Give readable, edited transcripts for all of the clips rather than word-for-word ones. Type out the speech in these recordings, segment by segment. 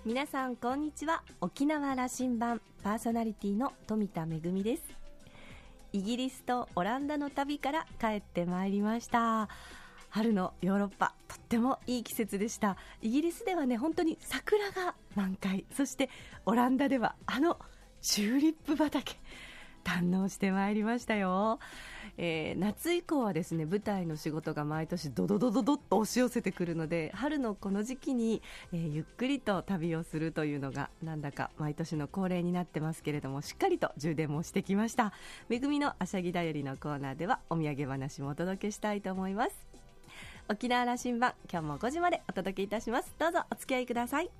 皆さんこんにちは。沖縄羅針盤パーソナリティの富田恵です。イギリスとオランダの旅から帰ってまいりました。春のヨーロッパ、とってもいい季節でした。イギリスではね、本当に桜が満開、そしてオランダではチューリップ畑堪能してまいりましたよ。夏以降はですね、舞台の仕事が毎年ドドドドドッと押し寄せてくるので、春のこの時期に、ゆっくりと旅をするというのがなんだか毎年の恒例になってますけれども、しっかりと充電もしてきました。めぐみのあしゃぎだよりのコーナーではお土産話もお届けしたいと思います。沖縄羅針盤、今日も5時までお届けいたします。どうぞお付き合いください。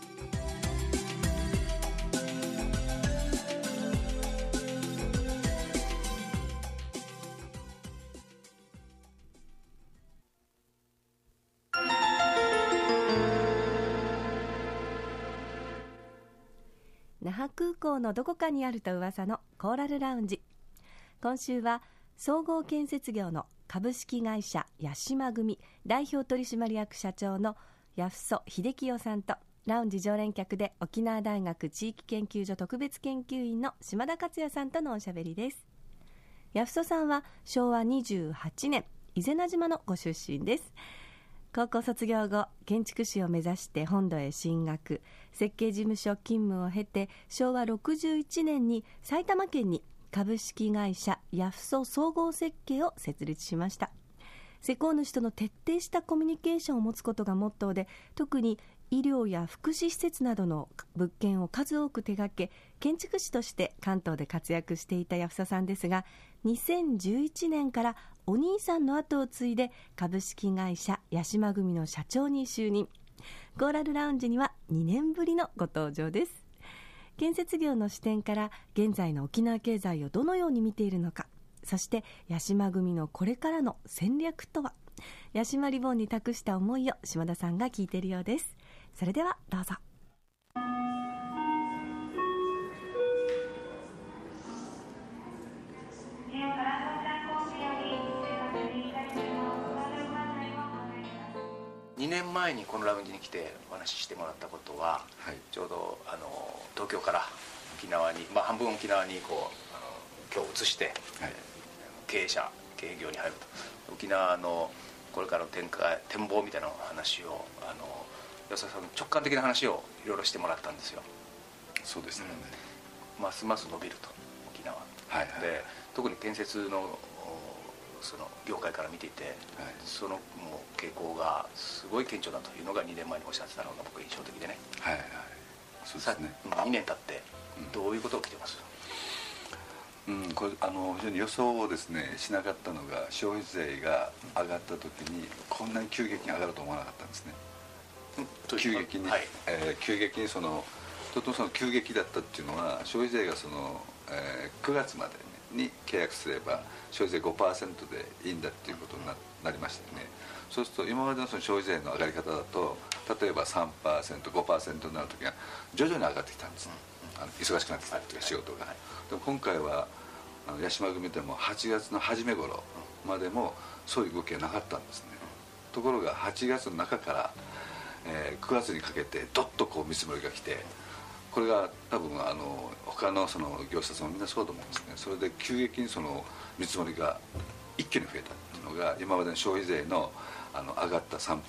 那覇空港のどこかにあると噂のコーラルラウンジ。今週は総合建設業の株式会社八島組代表取締役社長の八曽秀樹夫さんと、ラウンジ常連客で沖縄大学地域研究所特別研究員の島田克也さんとのおしゃべりです。八曽さんは昭和28年伊是名島のご出身です。高校卒業後、建築士を目指して本土へ進学、設計事務所勤務を経て、昭和61年に埼玉県に株式会社八曽総合設計を設立しました。施工主との徹底したコミュニケーションを持つことがモットーで、特に医療や福祉施設などの物件を数多く手掛け、建築士として関東で活躍していた八曽さんですが、2011年からお兄さんの後を継いで株式会社八島組の社長に就任。コーラルラウンジには2年ぶりのご登場です。建設業の視点から現在の沖縄経済をどのように見ているのか、そして八島組のこれからの戦略とは。八島リボンに託した思いを島田さんが聞いているようです。それではどうぞ。 2年前にこのラウンジに来てお話ししてもらったことは、はい、ちょうど東京から沖縄に、半分沖縄に今日移して、はい、経営業に入ると。沖縄のこれからの展望みたいな話を八曽さんの直感的な話をいろいろしてもらったんですよ。 そうですね、 ますます伸びると沖縄、はいはい、で特に建設のその業界から見ていて、はい、そのもう傾向がすごい顕著だというのが2年前におっしゃってたのが僕印象的でね。 はいはい、そうですね。 2年経ってどういうことが起きてます？ これ非常に予想をですねしなかったのが、消費税が上がった時にこんなに急激に上がると思わなかったんですね。急激に、はい、急激にとてもその急激だったっていうのは、消費税が9月までに契約すれば消費税 5% でいいんだっていうことに なりましたよね。そうすると今までのその消費税の上がり方だと、例えば 3%、5% になるときは徐々に上がってきたんです、忙しくなってきたという仕事が、でも今回は八島組でも8月の初め頃までもそういう動きがなかったんですね。ところが8月の中から、9月にかけてどっと見積もりが来て、これが多分他のその業者さんもみんなそうだと思うんですね。それで急激にその見積もりが一気に増えたっていうのが、今までの消費税の上がった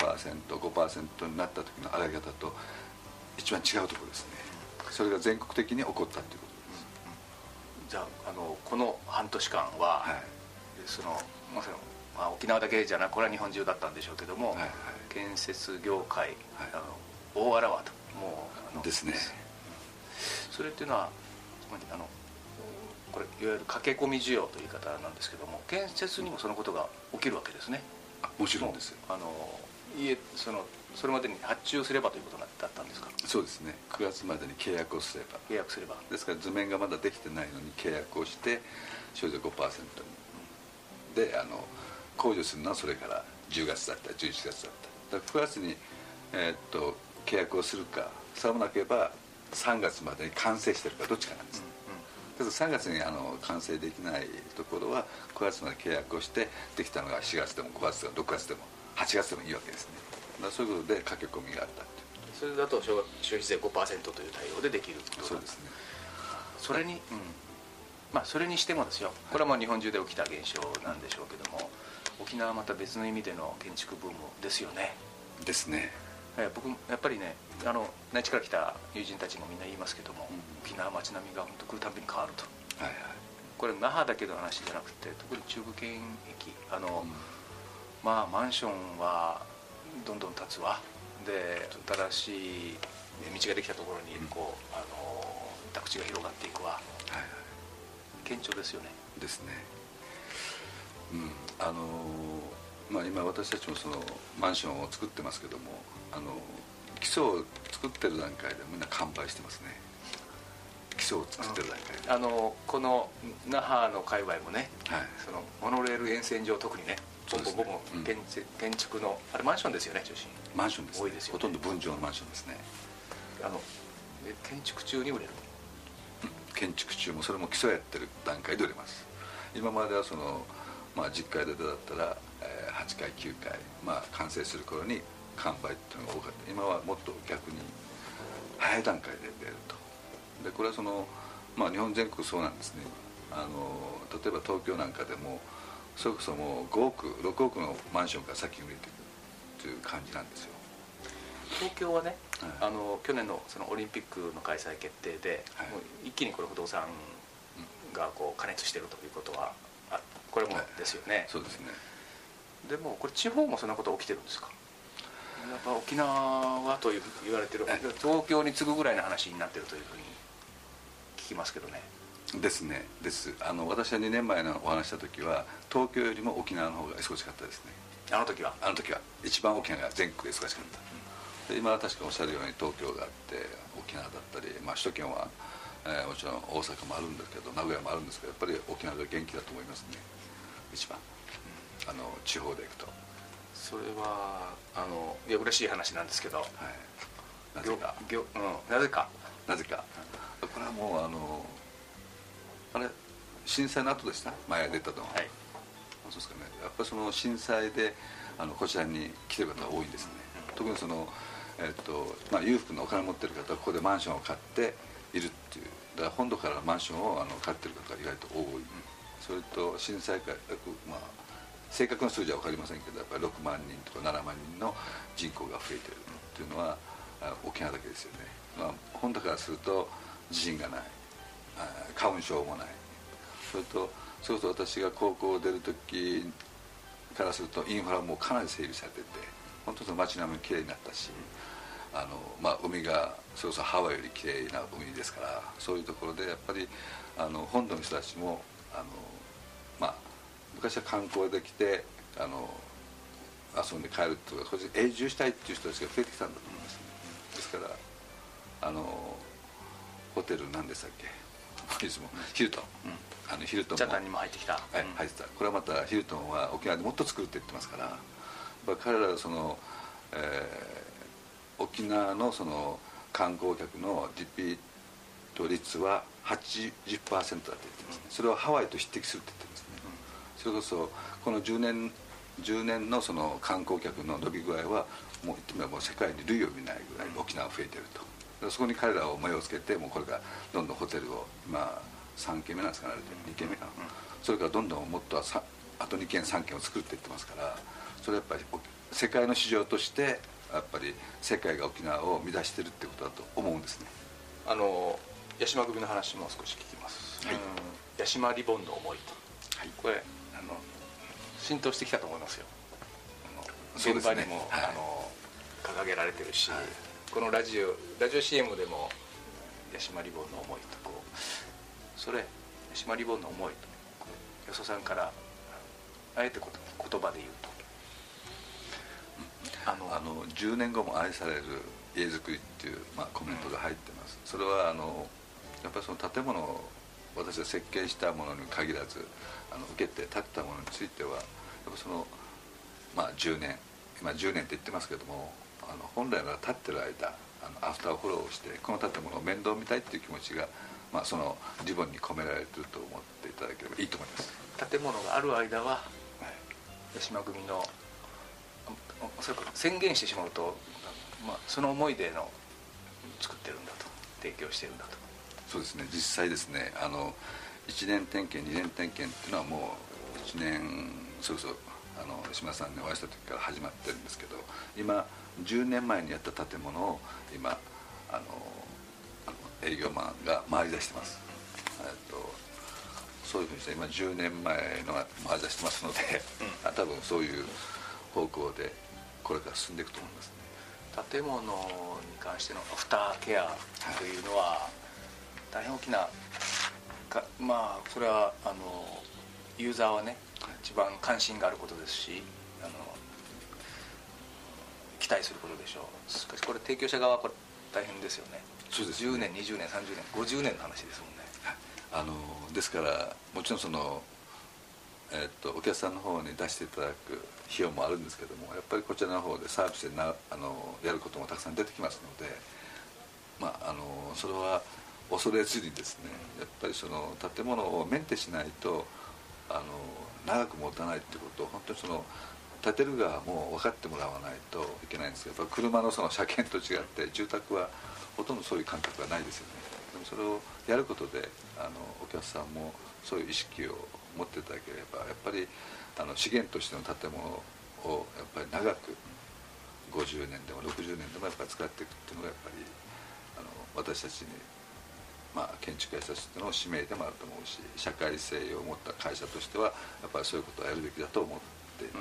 3%、5% になった時の上がり方と一番違うところですね。それが全国的に起こったということです。 じゃあこの半年間は、はい、まさに沖縄だけじゃなく、これは日本中だったんでしょうけども、はいはい、建設業界、はい、大あらわともうですね。 それっていうのはこれいわゆる駆け込み需要という言い方なんですけども、建設にもそのことが起きるわけですね。 もちろんですよ。 それまでに発注すればということだったんですか？ そうですね。9月までに契約をすればですから、図面がまだできてないのに契約をして消費税 5% に、で控除するのはそれから10月だったり11月だったり、9月に、契約をするか、さもなければ3月までに完成してるか、どっちかなんです、ですから3月に完成できないところは9月まで契約をしてできたのが4月でも5月でも6月でも8月でもいいわけですね。だからそういうことで駆け込みがあったということでそれだと消費税 5% という対応でできる。 そうですね。 それに、それにしてもですよ、これはもう日本中で起きた現象なんでしょうけども、沖縄はまた別の意味での建築ブームですよね。 ですね。 僕やっぱりね、内地から来た友人たちもみんな言いますけども、沖縄街並みが本当来るたびに変わると、これ那覇だけの話じゃなくて、特に中部圏駅マンションはどんどん建つわ。で新しい道ができたところに宅地が広がっていくわ。顕著ですよね。 ですね。今私たちもそのマンションを作ってますけども、基礎を作ってる段階でみんな完売してますね。基礎を作ってる段階で、 この那覇の界隈もね、そのモノレール沿線上特にね、僕も建築のあれマンションですよね、中心マンションですね。 多いですよね。 ほとんど分譲のマンションですね。 建築中に売れる。 建築中もそれも基礎やってる段階で売れます。今まではその、10階建てだったら、8階9階、完成する頃に完売っていうのが多かった。今はもっと逆に早い段階で出ると。でこれはその、日本全国そうなんですね。例えば東京なんかでもそれこそもう5億6億のマンションから先に売れていくという感じなんですよ。 東京はね、去年のそのオリンピックの開催決定で、もう一気にこれ不動産が過熱しているということはこれもですよね。 そうですね。でもこれ地方もそんなこと起きてるんですか。やっぱ沖縄はと言われてる、東京に次ぐぐらいの話になってるというふうに聞きますけどね。 ですね。私は2年前のお話した時は東京よりも沖縄の方が忙しかったですね。 あの時は一番沖縄が全国で忙しかった。で今は確かおっしゃるように東京があって沖縄だったり、首都圏は、もちろん大阪もあるんですけど名古屋もあるんですけど、やっぱり沖縄が元気だと思いますね。一番地方で行くと。 それはいや嬉しい話なんですけど、 なぜかなぜかこれはもう震災の後でした。前出たのは、そうですかね。やっぱりその震災でこちらに来てる方が多いんですね。特にその裕福なお金を持ってる方はここでマンションを買っているっていう。だから本土からマンションを買ってる方が意外と多い。それと震災から正確な数字は分かりませんけど、やっぱり6万人とか7万人の人口が増えているっていうのは沖縄だけですよね。本土からすると地震がない、花粉症もない。それと私が高校を出る時からするとインフラもかなり整備されてて、本当に街並みもきれいになったし、海がそれこそハワイよりきれいな海ですから、そういうところでやっぱり本土の人たちも昔は観光で来て遊んで帰るとか永住したいっていう人たちが増えてきたんだと思いますね。ですからホテル何でしたっけ、いつもヒルトン、ヒルトンもジャパンにも入ってきた、 入ってた。これはまたヒルトンは沖縄でもっと作るって言ってますから、彼らはその、沖縄のその観光客のリピート率は 80% だって言ってますね。それはハワイと匹敵するって言ってますね。それこそこの10年のその観光客の伸び具合はもう言ってみればもう世界に類を見ないぐらい沖縄増えてると。そこに彼らを目をつけて、もうこれからどんどんホテルを今3軒目なんですかね、2軒目かな、それからどんどんもっとあと2軒3軒を作っていってますから、それはやっぱり世界の市場としてやっぱり世界が沖縄を乱してるってことだと思うんですね。 八島組の話も少し聞きます。八島リボンの思いと、これ浸透してきたと思いますよ。現場にも、掲げられてるし、このラジオ CM でも八島リボンの思いとそれ八島リボンの思いとよそさんからあえて言葉で言うと、 10年後も愛される家づくりっていう、コメントが入ってます。それはやっぱりその建物を私が設計したものに限らず受けて建てたものについてはやっぱその10年今10年って言ってますけども、本来は建ってる間アフターフォローをしてこの建物を面倒見たいっていう気持ちが、そのリボンに込められてると思っていただければいいと思います。 建物がある間は、八島組のおそらく宣言してしまうと、その思いでの作ってるんだと、提供してるんだと。 そうですね、実際ですね、1年点検2年点検っていうのはもう1年そろそろ島田さんにお会いした時から始まってるんですけど、今10年前にやった建物を今営業マンが回り出してます。そういうふうにして今10年前のが回り出してますので、多分そういう方向でこれから進んでいくと思いますね。 建物に関してのアフターケアというのは大変大きなそれはユーザーはね一番関心があることですし、期待することでしょう。しかしこれ提供者側はこれ大変ですよね。 そうですね、 10年20年30年50年の話ですもんね。 ですからもちろんその、お客さんの方に出していただく費用もあるんですけども、やっぱりこちらの方でサービスでやることもたくさん出てきますので、それは恐れずにですね、やっぱりその建物をメンテしないと長く持たないっていうことを本当に建てる側も分かってもらわないといけないんですけど、やっぱ車の車検と違って住宅はほとんどそういう感覚がないですよね。でもそれをやることでお客さんもそういう意識を持っていただければ、やっぱり資源としての建物をやっぱり長く50年でも60年でもやっぱり使っていくっていうのがやっぱり私たちに、建築家たちの使命でもあると思うし、社会性を持った会社としてはやっぱりそういうことをやるべきだと思っています。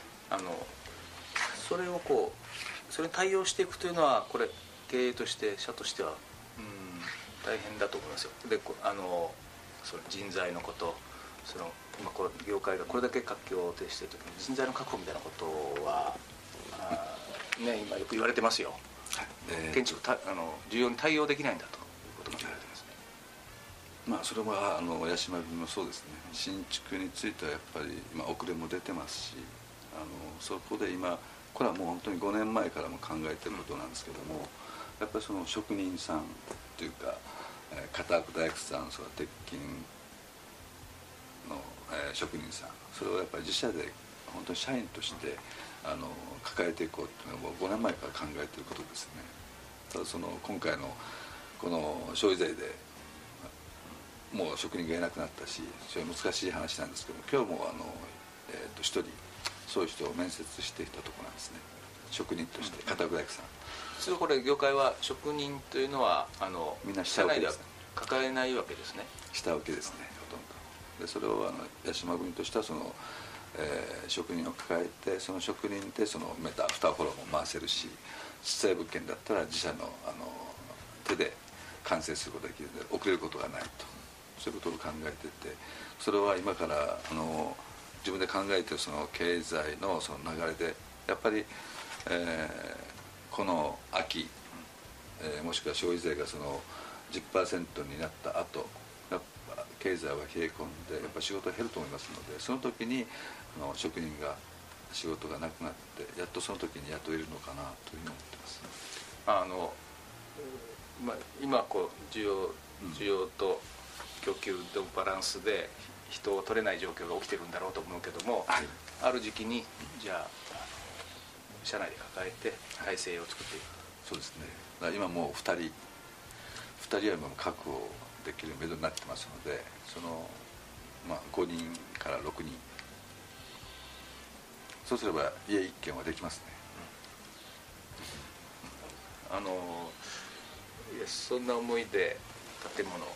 それをそれに対応していくというのはこれ経営として社としては大変だと思いますよ。でその人材のこと、今この業界がこれだけ活況を呈している時に人材の確保みたいなことは今よく言われてますよ。建築需要に対応できないんだということが言われてますね。 それは八島組もそうですね。新築についてはやっぱり今遅れも出てますし、そこで今これはもう本当に5年前からも考えてることなんですけども、やっぱりその職人さんというか片工大工さん、鉄筋の職人さん、それをやっぱり自社で本当に社員として抱えていこうっていうのはもう5年前から考えていることですね。ただ今回のこの消費税でもう職人がいなくなったし、それは難しい話なんですけども、今日も一人そういう人を面接していたところなんですね。職人として片工大工さん。 普通これ業界は職人というのはみんな下請けです、ね、 抱えないわけですね。 下請けですね、ほとんど。でそれを八島組としては職人を抱えて、その職人でメタアフターフォローも回せるし、実際物件だったら自社の手で完成することができるので遅れることがないと、そういうことを考えていて、それは今から自分で考えている経済の流れでやっぱり、この秋、もしくは消費税が10% になった後、やっぱ経済は冷え込んでやっぱ仕事が減ると思いますので、その時に職人が仕事がなくなってやっとその時に雇えるのかなというふうに思ってます。 今需要と供給のバランスで人を取れない状況が起きてるんだろうと思うけども、ある時期にじゃあ社内で抱えて体制を作っていく。 そうですね。だから今もう2人は今確保できる目処になってますので、5人から6人、そうすれば家1軒はできますね。 そんな思いで建物を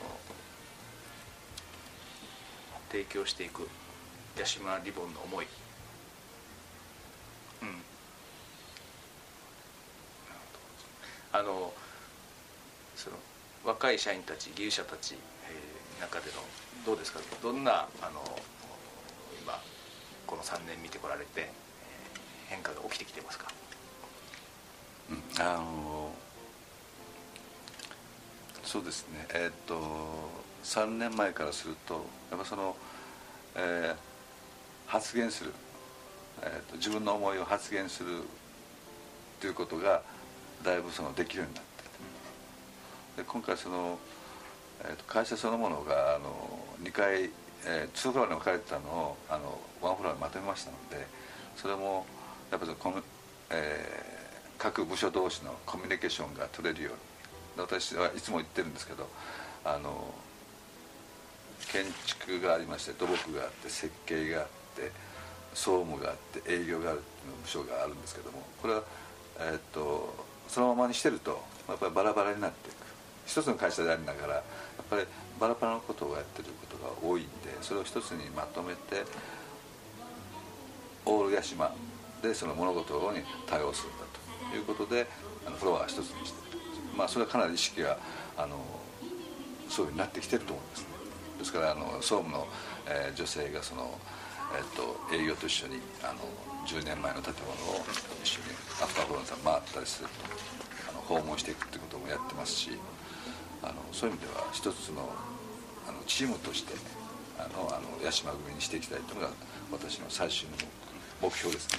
提供していく八島リボンの思い、若い社員たち、技術者たち、中でのどうですか、どんな今この3年見てこられて変化が起きてきてますか？ そうですね、3年前からするとやっぱ発言する、自分の思いを発言するということがだいぶできるようになってで、今回会社そのものが2回2フロアに分かれてたのをワンフロアにまとめましたので、それもやっぱり各部署同士のコミュニケーションが取れるように、私はいつも言ってるんですけど、建築がありまして、土木があって、設計があって、総務があって、営業があるっていう部署があるんですけども、これは、そのままにしてるとやっぱりバラバラになっていく。一つの会社でありながらやっぱりバラバラのことをやってることが多いんで、それを一つにまとめてオールヤシマでその物事に対応するんだということで、フロアを一つにしていると、それはかなり意識がそういうふうになってきてると思うんですね。ですから総務の、女性がその、営業と一緒に10年前の建物を一緒にアフターフロンさん回ったりすると、訪問していくってこともやってますし、そういう意味では一つのチームとして八島組にしていきたいというのが私の最終の目標ですね。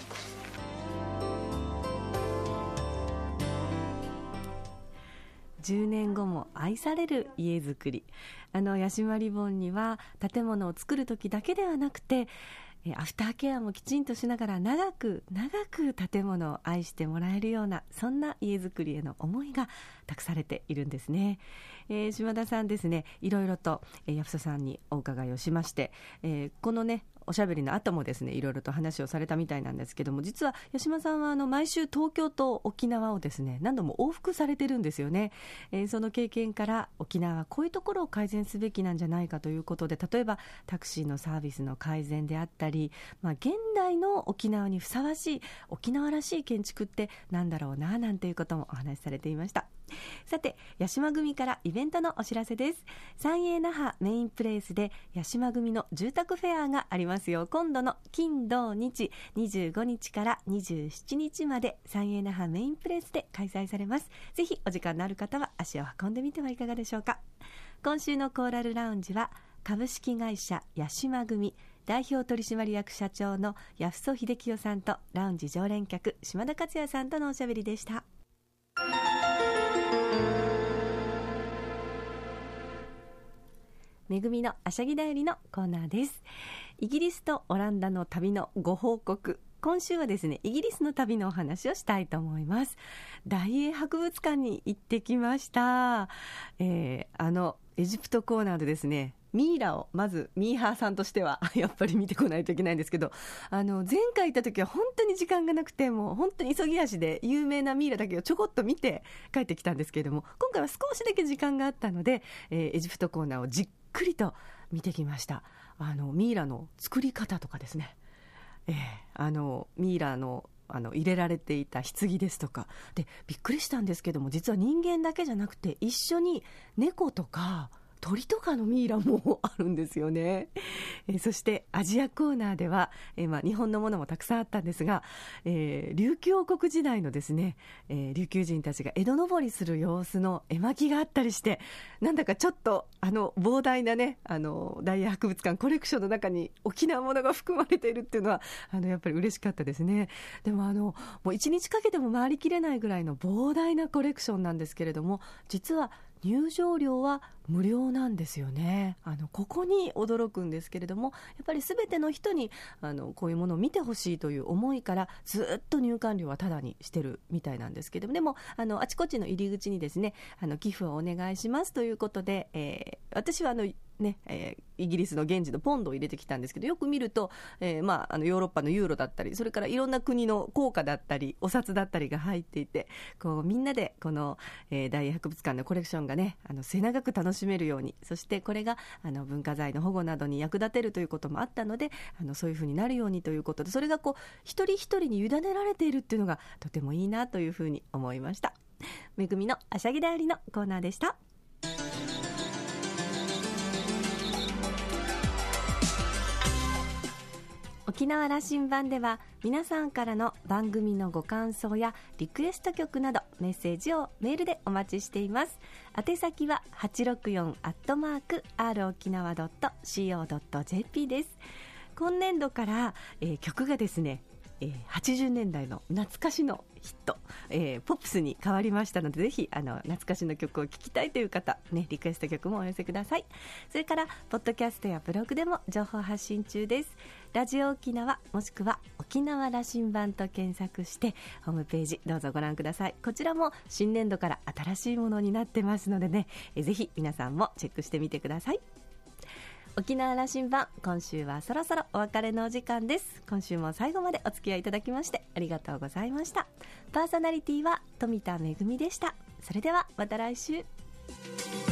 10年後も愛される家づくり、八島リボンには建物を作る時だけではなくて、アフターケアもきちんとしながら長く建物を愛してもらえるような、そんな家づくりへの思いが託されているんですね。島田さんですね、いろいろと八房さんにお伺いをしまして、このねおしゃべりの後もですね、いろいろと話をされたみたいなんですけども、実は八島さんは毎週東京と沖縄をですね何度も往復されてるんですよね。その経験から沖縄はこういうところを改善すべきなんじゃないかということで、例えばタクシーのサービスの改善であったり、現代の沖縄にふさわしい沖縄らしい建築ってなんだろうな、なんていうこともお話しされていました。さて、八島組からイベントのお知らせです。三栄那覇メインプレイスで八島組の住宅フェアがありますよ。今度の金土日25日から27日まで三栄那覇メインプレイスで開催されます。ぜひお時間のある方は足を運んでみてはいかがでしょうか。今週のコーラルラウンジは株式会社八島組代表取締役社長の八房秀清さんとラウンジ常連客島田克也さんとのおしゃべりでした。めぐみのあしゃぎだよりのコーナーです。イギリスとオランダの旅のご報告、今週はですねイギリスの旅のお話をしたいと思います。大英博物館に行ってきました。エジプトコーナーでですねミイラをまずミーハーさんとしてはやっぱり見てこないといけないんですけど、前回行った時は本当に時間がなくて、もう本当に急ぎ足で有名なミイラだけをちょこっと見て帰ってきたんですけれども、今回は少しだけ時間があったので、エジプトコーナーをじっくりと見てきました。ミイラの作り方とかですね、ミイラの入れられていた棺ですとかでびっくりしたんですけども、実は人間だけじゃなくて一緒に猫とか鳥とかのミイラもあるんですよね。そしてアジアコーナーでは、日本のものもたくさんあったんですが、琉球王国時代のですね、琉球人たちが江戸登りする様子の絵巻があったりして、なんだかちょっと膨大なね大英博物館コレクションの中に沖縄ものが含まれているっていうのはやっぱり嬉しかったですね。でももう1日かけても回りきれないぐらいの膨大なコレクションなんですけれども、実は入場料は無料なんですよね。ここに驚くんですけれども、やっぱり全ての人にこういうものを見てほしいという思いからずっと入館料はタダにしてるみたいなんですけれども、でもあちこちの入り口にですね寄付をお願いしますということで、私はイギリスの現地のポンドを入れてきたんですけど、よく見ると、ヨーロッパのユーロだったり、それからいろんな国の硬貨だったりお札だったりが入っていて、こうみんなでこの、大英博物館のコレクションがね末永く楽しめるように、そしてこれが文化財の保護などに役立てるということもあったので、そういうふうになるようにということで、それがこう一人一人に委ねられているっていうのがとてもいいなというふうに思いました。めぐみのあしゃぎだよりのコーナーでした。沖縄羅針盤では皆さんからの番組のご感想やリクエスト曲などメッセージをメールでお待ちしています。宛先は 864@rokinawa.co.jp です。今年度から、曲がですね80年代の懐かしのヒット、ポップスに変わりましたので、ぜひ懐かしの曲を聴きたいという方、リクエスト曲もお寄せください。それからポッドキャストやブログでも情報発信中です。ラジオ沖縄もしくは沖沖縄羅針盤と検索してホームページどうぞご覧ください。こちらも新年度から新しいものになってますのでね、ぜひ皆さんもチェックしてみてください。沖縄羅針盤、今週はそろそろお別れのお時間です。今週も最後までお付き合いいただきましてありがとうございました。パーソナリティは富田恵でした。それではまた来週。